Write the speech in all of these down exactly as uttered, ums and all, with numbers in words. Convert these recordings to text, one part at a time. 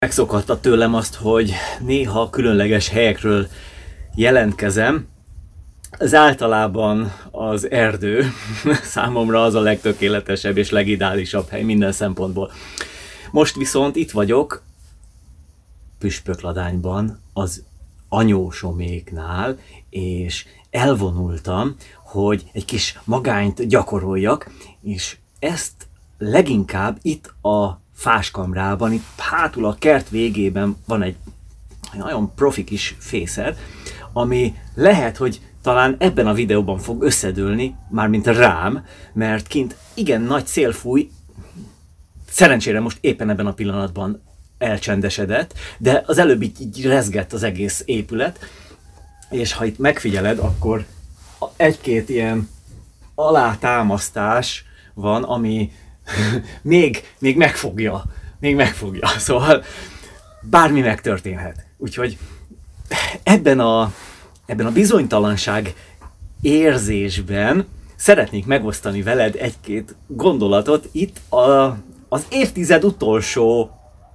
Megszokhatta tőlem azt, hogy néha különleges helyekről jelentkezem. Ez általában az erdő. Számomra az a legtökéletesebb és legideálisabb hely minden szempontból. Most viszont itt vagyok, Püspökladányban, az anyósoméknál, és elvonultam, hogy egy kis magányt gyakoroljak, és ezt leginkább itt a Fáskamrában, itt hátul a kert végében van egy nagyon profi kis fészer, ami lehet, hogy talán ebben a videóban fog összedőlni, mármint rám, mert kint igen nagy szél fúj, szerencsére most éppen ebben a pillanatban elcsendesedett, de az előbb így, így rezgett az egész épület, és ha itt megfigyeled, akkor egy-két ilyen alátámasztás van, ami még, még megfogja, még megfogja, szóval bármi megtörténhet. Úgyhogy ebben a, ebben a bizonytalanság érzésben szeretnék megosztani veled egy-két gondolatot itt a, az évtized utolsó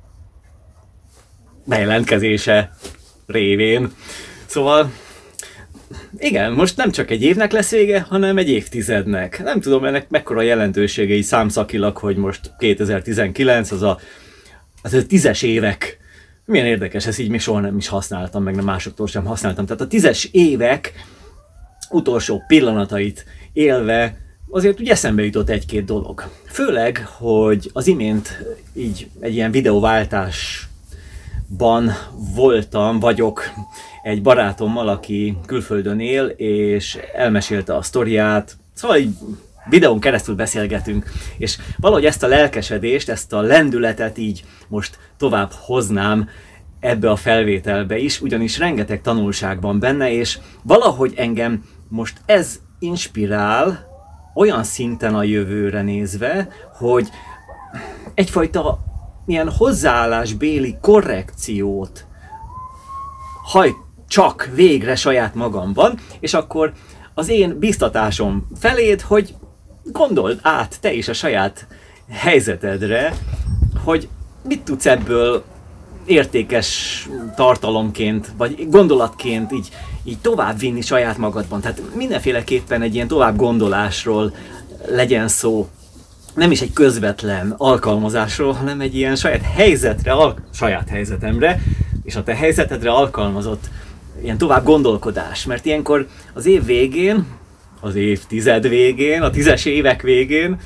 bejelentkezése révén. Szóval igen, most nem csak egy évnek lesz vége, hanem egy évtizednek. Nem tudom ennek mekkora jelentőségei számszakilag, hogy most kétezer-tizenkilenc, az a, az a tízes évek. Milyen érdekes, ezt így még soha nem is használtam, meg nem másoktól sem használtam. Tehát a tízes évek utolsó pillanatait élve azért úgy eszembe jutott egy-két dolog. Főleg, hogy az imént így egy ilyen videóváltásban voltam, vagyok egy barátommal, aki külföldön él, és elmesélte a sztoriát, szóval így videón keresztül beszélgetünk, és valahogy ezt a lelkesedést, ezt a lendületet így most tovább hoznám ebbe a felvételbe is, ugyanis rengeteg tanulság van benne, és valahogy engem most ez inspirál olyan szinten a jövőre nézve, hogy egyfajta ilyen hozzáállásbéli korrekciót hajt csak végre saját magamban, és akkor az én biztatásom feléd, hogy gondold át te is a saját helyzetedre, hogy mit tudsz ebből értékes tartalomként, vagy gondolatként így, így továbbvinni saját magadban. Tehát mindenféleképpen egy ilyen tovább gondolásról legyen szó, nem is egy közvetlen alkalmazásról, hanem egy ilyen saját helyzetre, al- saját helyzetemre, és a te helyzetedre alkalmazott ilyen tovább gondolkodás, mert ilyenkor az év végén, az évtized végén, a tízes évek végén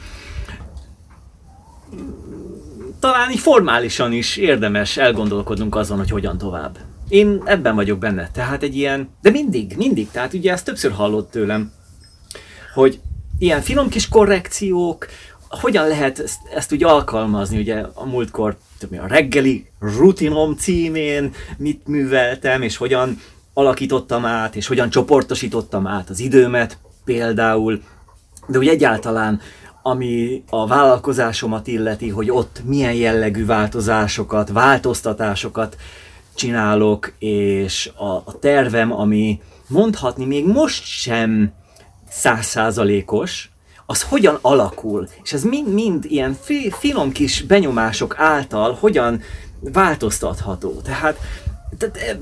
talán így formálisan is érdemes elgondolkodnunk azon, hogy hogyan tovább. Én ebben vagyok benne, tehát egy ilyen, de mindig, mindig, tehát ugye ezt többször hallott tőlem, hogy ilyen finom kis korrekciók, hogyan lehet ezt, ezt úgy alkalmazni, ugye a múltkor a reggeli rutinom címén mit műveltem, és hogyan alakítottam át, és hogyan csoportosítottam át az időmet például, de úgy egyáltalán, ami a vállalkozásomat illeti, hogy ott milyen jellegű változásokat, változtatásokat csinálok, és a, a tervem, ami mondhatni még most sem száz százalékos, az hogyan alakul, és ez mind-mind ilyen fi, finom kis benyomások által hogyan változtatható. Tehát, tehát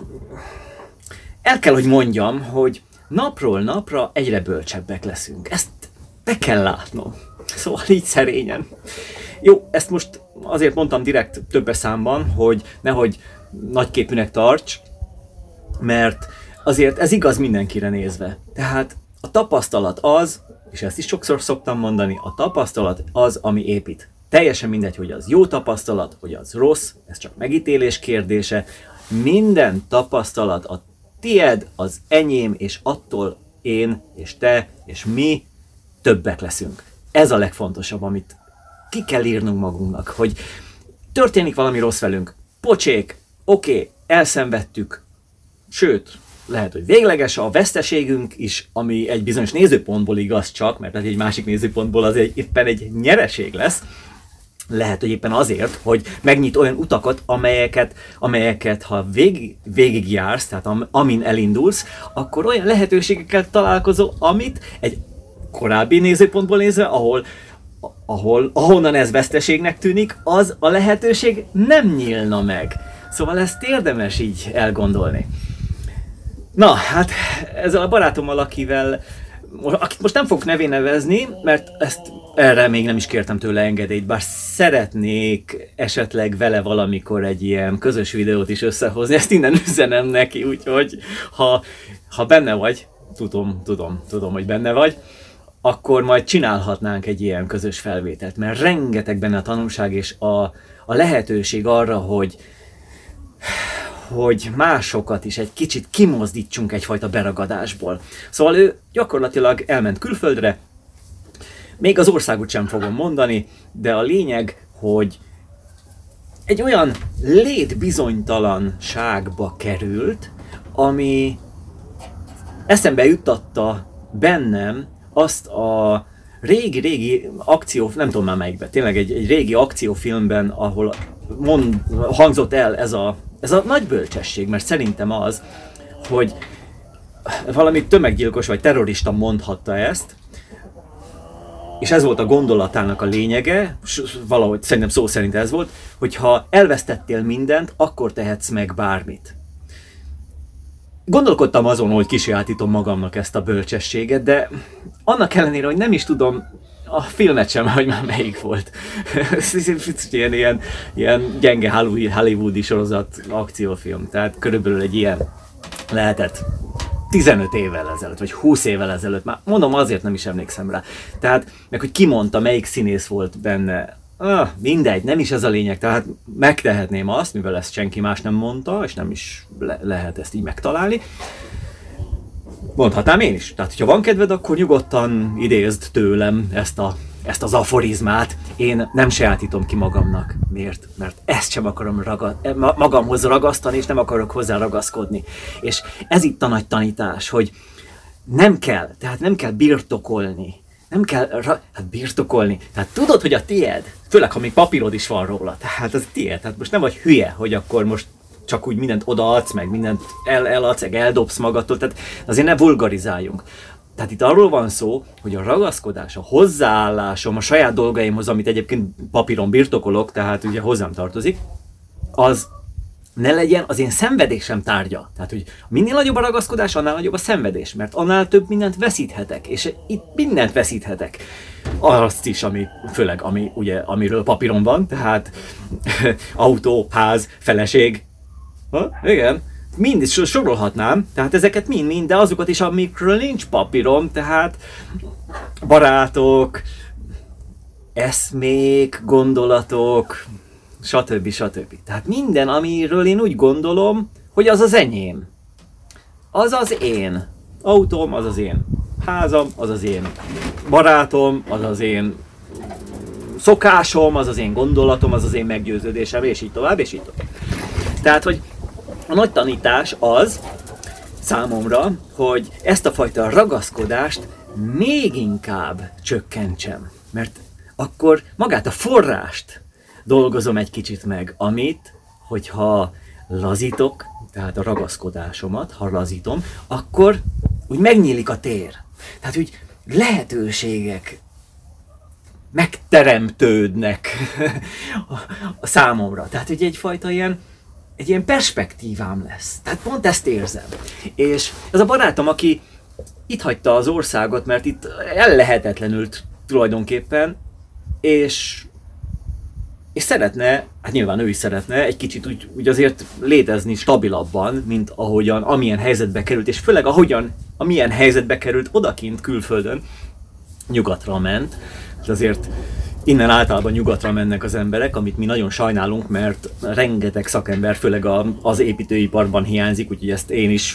el kell, hogy mondjam, hogy napról napra egyre bölcsebbek leszünk. Ezt be kell látnom. Szóval így szerényen. Jó, ezt most azért mondtam direkt többes számban, hogy nehogy nagyképűnek tarts, mert azért ez igaz mindenkire nézve. Tehát a tapasztalat az, és ezt is sokszor szoktam mondani, a tapasztalat az, ami épít. Teljesen mindegy, hogy az jó tapasztalat, hogy az rossz, ez csak megítélés kérdése. Minden tapasztalat a tied, az enyém, és attól én, és te, és mi többek leszünk. Ez a legfontosabb, amit ki kell írnunk magunknak, hogy történik valami rossz velünk. Pocsék, oké, okay, elszenvedtük, sőt, lehet, hogy végleges a veszteségünk is, ami egy bizonyos nézőpontból igaz csak, mert egy másik nézőpontból az egy, éppen egy nyereség lesz. Lehet, hogy éppen azért, hogy megnyit olyan utakat, amelyeket, amelyeket ha végig, végig jársz, tehát am, amin elindulsz, akkor olyan lehetőségekkel találkozol, amit egy korábbi nézőpontból nézve, ahol ahol, ahonnan ez veszteségnek tűnik, az a lehetőség nem nyílna meg. Szóval ezt érdemes így elgondolni. Na, hát ezzel a barátommal, akivel, akit most nem fogok nevén nevezni, mert ezt erre még nem is kértem tőle engedélyt, bár szeretnék esetleg vele valamikor egy ilyen közös videót is összehozni, ezt innen üzenem neki, úgyhogy ha, ha benne vagy, tudom, tudom, tudom, hogy benne vagy, akkor majd csinálhatnánk egy ilyen közös felvételt, mert rengeteg benne a tanulság és a, a lehetőség arra, hogy hogy másokat is egy kicsit kimozdítsunk egyfajta beragadásból. Szóval ő gyakorlatilag elment külföldre, még az országot sem fogom mondani, de a lényeg, hogy egy olyan létbizonytalanságba került, ami eszembe juttatta bennem azt a régi-régi akció, nem tudom már melyikben, tényleg egy, egy régi akciófilmben, ahol mond, hangzott el ez a, ez a nagy bölcsesség, mert szerintem az, hogy valami tömeggyilkos vagy terrorista mondhatta ezt, és ez volt a gondolatának a lényege, valahogy szerintem szó szerint ez volt, hogy ha elvesztettél mindent, akkor tehetsz meg bármit. Gondolkodtam azon, hogy kisajátítom magamnak ezt a bölcsességet, de annak ellenére, hogy nem is tudom a filmet sem, hogy már melyik volt. ilyen, ilyen, ilyen gyenge hollywoodi sorozat akciófilm, tehát körülbelül egy ilyen lehetett tizenöt évvel ezelőtt, vagy húsz évvel ezelőtt, már mondom, azért nem is emlékszem rá. Tehát, meg hogy ki mondta, melyik színész volt benne, ah, mindegy, nem is ez a lényeg, tehát megtehetném azt, mivel ezt senki más nem mondta, és nem is le- lehet ezt így megtalálni. Mondhatnám én is. Tehát, ha van kedved, akkor nyugodtan idézd tőlem ezt, a, ezt az aforizmát. Én nem sajátítom ki magamnak. Miért? Mert ezt sem akarom ragad, magamhoz ragasztani, és nem akarok hozzá ragaszkodni. És ez itt a nagy tanítás, hogy nem kell, tehát nem kell birtokolni. Nem kell ra- hát birtokolni. Tehát tudod, hogy a tied, főleg ha még papírod is van róla, tehát az tied. Tehát most nem vagy hülye, hogy akkor most csak úgy mindent odaadsz, meg mindent el, eladsz, meg eldobsz magadtól, tehát azért ne vulgarizáljunk. Tehát itt arról van szó, hogy a ragaszkodás, a hozzáállásom a saját dolgaimhoz, amit egyébként papíron birtokolok, tehát ugye hozzám tartozik, az ne legyen az én szenvedésem tárgya. Tehát, hogy minél nagyobb a ragaszkodás, annál nagyobb a szenvedés, mert annál több mindent veszíthetek, és itt mindent veszíthetek. Azt is, ami, főleg ami, ugye, amiről papíron van, tehát autó, ház, feleség. Ha? Igen. Mind is sorolhatnám, tehát ezeket mind-mind, de azokat is, amikről nincs papírom, tehát barátok, eszmék, gondolatok, stb. stb. Tehát minden, amiről én úgy gondolom, hogy az az enyém. Az az én. Autóm, az az én. Házam, az az én. Barátom, az az én. Szokásom, az az én gondolatom, az az én meggyőződésem, és így tovább, és így tovább. Tehát, hogy a nagy tanítás az számomra, hogy ezt a fajta ragaszkodást még inkább csökkentsem. Mert akkor magát a forrást dolgozom egy kicsit meg, amit, hogyha lazítok, tehát a ragaszkodásomat, ha lazítom, akkor úgy megnyílik a tér. Tehát úgy lehetőségek megteremtődnek a számomra. Tehát ugye egyfajta ilyen, egy ilyen perspektívám lesz. Tehát pont ezt érzem. És ez a barátom, aki itt hagyta az országot, mert itt ellehetetlenült tulajdonképpen, és és szeretne, hát nyilván ő is szeretne egy kicsit úgy, úgy azért létezni stabilabban, mint ahogyan, amilyen helyzetbe került, és főleg ahogyan, amilyen helyzetbe került odakint külföldön, nyugatra ment. És azért innen általában nyugatra mennek az emberek, amit mi nagyon sajnálunk, mert rengeteg szakember, főleg a, az építőiparban hiányzik, úgyhogy ezt én is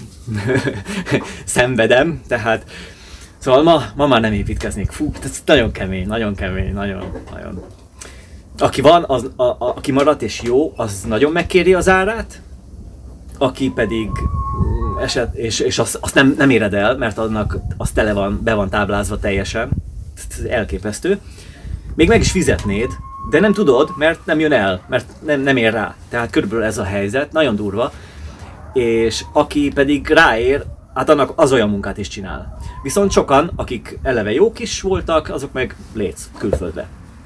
szenvedem, tehát szóval ma, ma már nem építkeznék. Fú, ez nagyon kemény, nagyon kemény, nagyon, nagyon. Aki van, az, a, a, aki maradt és jó, az nagyon megkéri az árát, aki pedig eset, és, és azt, azt nem, nem éred el, mert annak az tele van, be van táblázva teljesen, ez elképesztő. Még meg is fizetnéd, de nem tudod, mert nem jön el, mert nem, nem ér rá. Tehát körülbelül ez a helyzet, nagyon durva. És aki pedig ráér, hát annak az olyan munkát is csinál. Viszont sokan, akik eleve jók is voltak, azok meg létsz külföldre.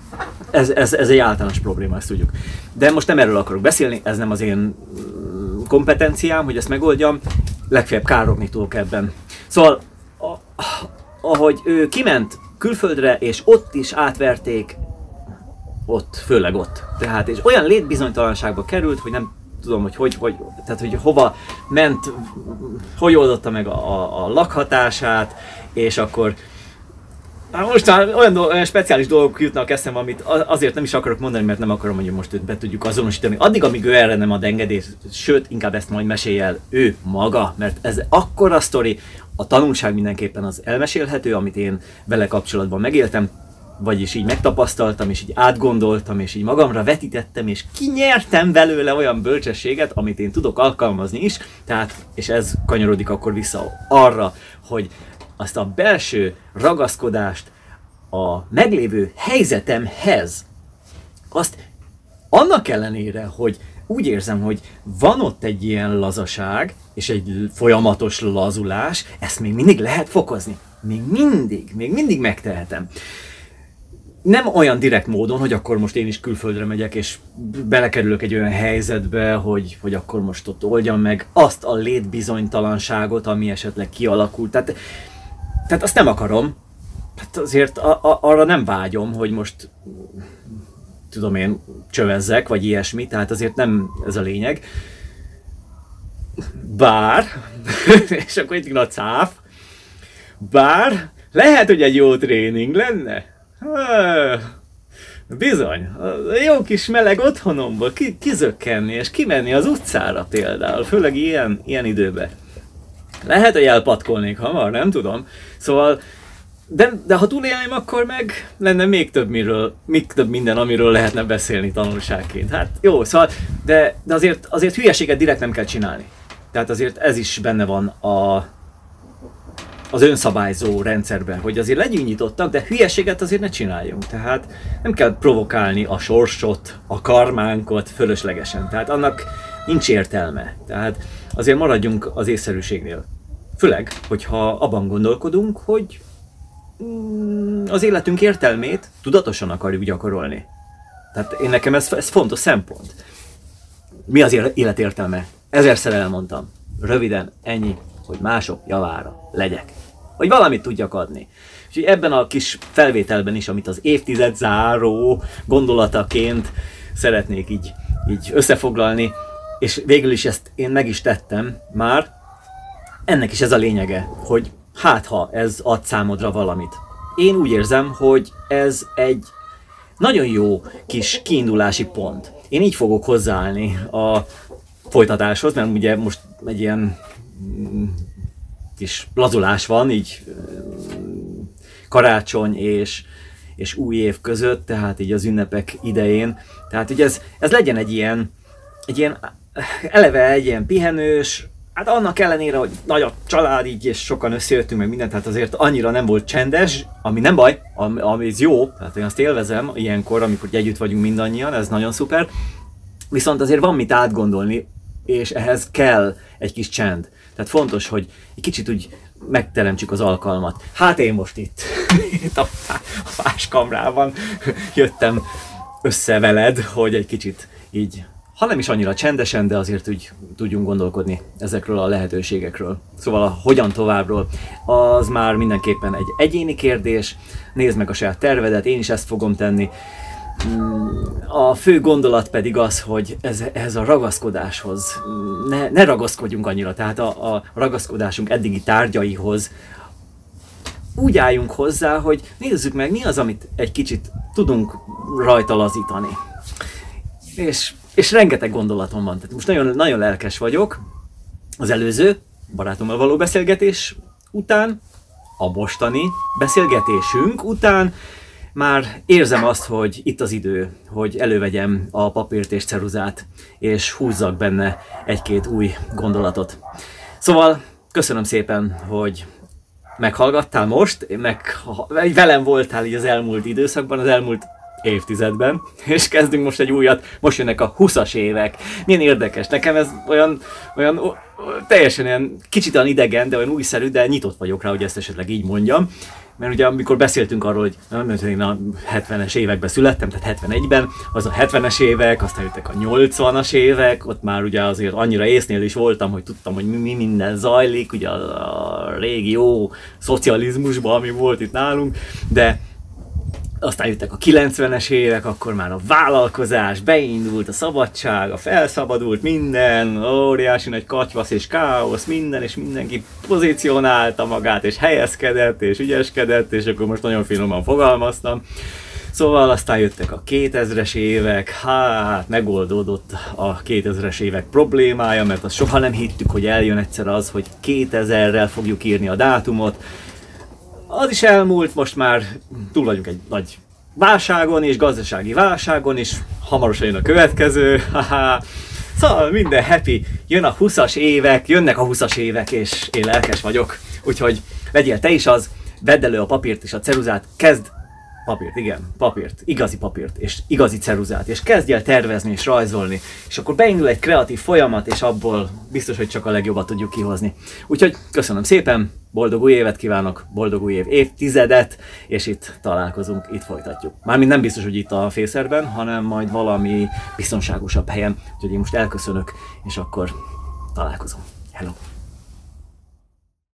ez, ez, ez egy általános probléma, ezt tudjuk. De most nem erről akarok beszélni, ez nem az én kompetenciám, hogy ezt megoldjam, legfeljebb károgni tudok ebben. Szóval, ahogy ő kiment külföldre, és ott is átverték, ott, főleg ott. Tehát, és olyan létbizonytalanságba került, hogy nem tudom, hogy hogy, hogy, tehát, hogy hova ment, hogy oldotta meg a, a, a lakhatását, és akkor most olyan, do- olyan speciális dolgok jutnak eszembe, amit azért nem is akarok mondani, mert nem akarom, hogy most őt be tudjuk azonosítani. Addig, amíg ő erre nem ad engedélyt, sőt, inkább ezt majd mesélj el ő maga, mert ez akkora sztori, a tanulság mindenképpen az elmesélhető, amit én vele kapcsolatban megéltem, vagyis így megtapasztaltam, és így átgondoltam, és így magamra vetítettem, és kinyertem belőle olyan bölcsességet, amit én tudok alkalmazni is, tehát, és ez kanyarodik akkor vissza arra, hogy azt a belső ragaszkodást a meglévő helyzetemhez, azt annak ellenére, hogy úgy érzem, hogy van ott egy ilyen lazaság, és egy folyamatos lazulás, ezt még mindig lehet fokozni. Még mindig, még mindig megtehetem. Nem olyan direkt módon, hogy akkor most én is külföldre megyek, és belekerülök egy olyan helyzetbe, hogy, hogy akkor most ott oldjam meg azt a létbizonytalanságot, ami esetleg kialakult. Tehát, tehát azt nem akarom. Hát azért a, a, arra nem vágyom, hogy most tudom én, csövezzek, vagy ilyesmi, tehát azért nem ez a lényeg. Bár, és akkor itt a cáf, bár lehet, hogy egy jó tréning lenne. Bizony, jó kis meleg otthonomból ki, kizökkenni és kimenni az utcára például, főleg ilyen, ilyen időben. Lehet, hogy elpatkolnék hamar, nem tudom. Szóval, de, de ha túlélném, akkor meg lenne még több, miről, még több minden, amiről lehetne beszélni tanulságként. Hát jó, szóval, de, de azért, azért hülyeséget direkt nem kell csinálni. Tehát azért ez is benne van a, az önszabályzó rendszerben, hogy azért legyünk nyitottak, de hülyeséget azért ne csináljunk. Tehát nem kell provokálni a sorsot, a karmánkot fölöslegesen. Tehát annak nincs értelme. Tehát azért maradjunk az észszerűségnél. Főleg, hogyha abban gondolkodunk, hogy az életünk értelmét tudatosan akarjuk gyakorolni. Tehát én nekem ez, ez fontos szempont. Mi az élet értelme? Ezerszer elmondtam. Röviden ennyi, hogy mások javára legyek. Hogy valamit tudjak adni. És ebben a kis felvételben is, amit az évtized záró gondolataként szeretnék így, így összefoglalni, és végül is ezt én meg is tettem már, ennek is ez a lényege, hogy hát ha ez ad számodra valamit. Én úgy érzem, hogy ez egy nagyon jó kis kiindulási pont. Én így fogok hozzáállni a folytatáshoz, mert ugye most egy ilyen kis lazulás van, így karácsony és, és új év között, tehát így az ünnepek idején. Tehát ugye ez, ez legyen egy ilyen, egy ilyen, eleve egy ilyen pihenős, hát annak ellenére, hogy nagy a család így, és sokan összejöttünk meg mindent, tehát azért annyira nem volt csendes, ami nem baj, ami, ami jó, tehát én azt élvezem ilyenkor, amikor együtt vagyunk mindannyian, ez nagyon szuper. Viszont azért van mit átgondolni, és ehhez kell egy kis csend. Tehát fontos, hogy egy kicsit úgy megteremtsük az alkalmat. Hát én most itt, itt a, a fáskamrában jöttem össze veled, hogy egy kicsit így, ha nem is annyira csendesen, de azért úgy tudjunk gondolkodni ezekről a lehetőségekről. Szóval a hogyan továbbról, az már mindenképpen egy egyéni kérdés. Nézd meg a saját tervedet, én is ezt fogom tenni. A fő gondolat pedig az, hogy ez, ez a ragaszkodáshoz, ne, ne ragaszkodjunk annyira, tehát a, a ragaszkodásunk eddigi tárgyaihoz úgy álljunk hozzá, hogy nézzük meg, mi az, amit egy kicsit tudunk rajta lazítani. És, és rengeteg gondolatom van, tehát most nagyon, nagyon lelkes vagyok az előző barátommal való beszélgetés után, a mostani beszélgetésünk után, már érzem azt, hogy itt az idő, hogy elővegyem a papírt és ceruzát, és húzzak benne egy-két új gondolatot. Szóval köszönöm szépen, hogy meghallgattál most, meg velem voltál így az elmúlt időszakban, az elmúlt évtizedben, és kezdünk most egy újat, most jönnek a huszas évek. Milyen érdekes, nekem ez olyan, olyan teljesen olyan kicsit olyan idegen, de olyan újszerű, de nyitott vagyok rá, hogy ezt esetleg így mondjam. mert ugye amikor beszéltünk arról, hogy nem, én a hetvenes években születtem, tehát hetvenegyben, az a hetvenes évek, aztán jöttek a nyolcvanas évek, ott már ugye azért annyira észnél is voltam, hogy tudtam, hogy mi minden zajlik, ugye a, a régi jó szocializmusban, ami volt itt nálunk, de aztán jöttek a kilencvenes évek, akkor már a vállalkozás, beindult a szabadság, a felszabadult minden, óriási nagy katyvasz és káosz, minden, és mindenki pozícionálta magát, és helyezkedett, és ügyeskedett, és akkor most nagyon finoman fogalmaztam. Szóval aztán jöttek a kétezres évek, hát megoldódott a kétezres évek problémája, mert azt soha nem hittük, hogy eljön egyszer az, hogy kétezerrel fogjuk írni a dátumot. Az is elmúlt, most már túl vagyunk egy nagy válságon és gazdasági válságon, és hamarosan jön a következő, haha. Szóval minden happy, jön a huszas évek, jönnek a huszas évek, és én lelkes vagyok. Úgyhogy legyél te is az, vedd elő a papírt és a ceruzát, kezd papírt, igen, papírt, igazi papírt, és igazi ceruzát, és kezdj el tervezni és rajzolni, és akkor beindul egy kreatív folyamat, és abból biztos, hogy csak a legjobbat tudjuk kihozni. Úgyhogy köszönöm szépen, boldog új évet kívánok, boldog új év évtizedet, és itt találkozunk, itt folytatjuk. Mármint nem biztos, hogy itt a Fészerben, hanem majd valami biztonságosabb helyen, úgyhogy én most elköszönök, és akkor találkozunk. Hello!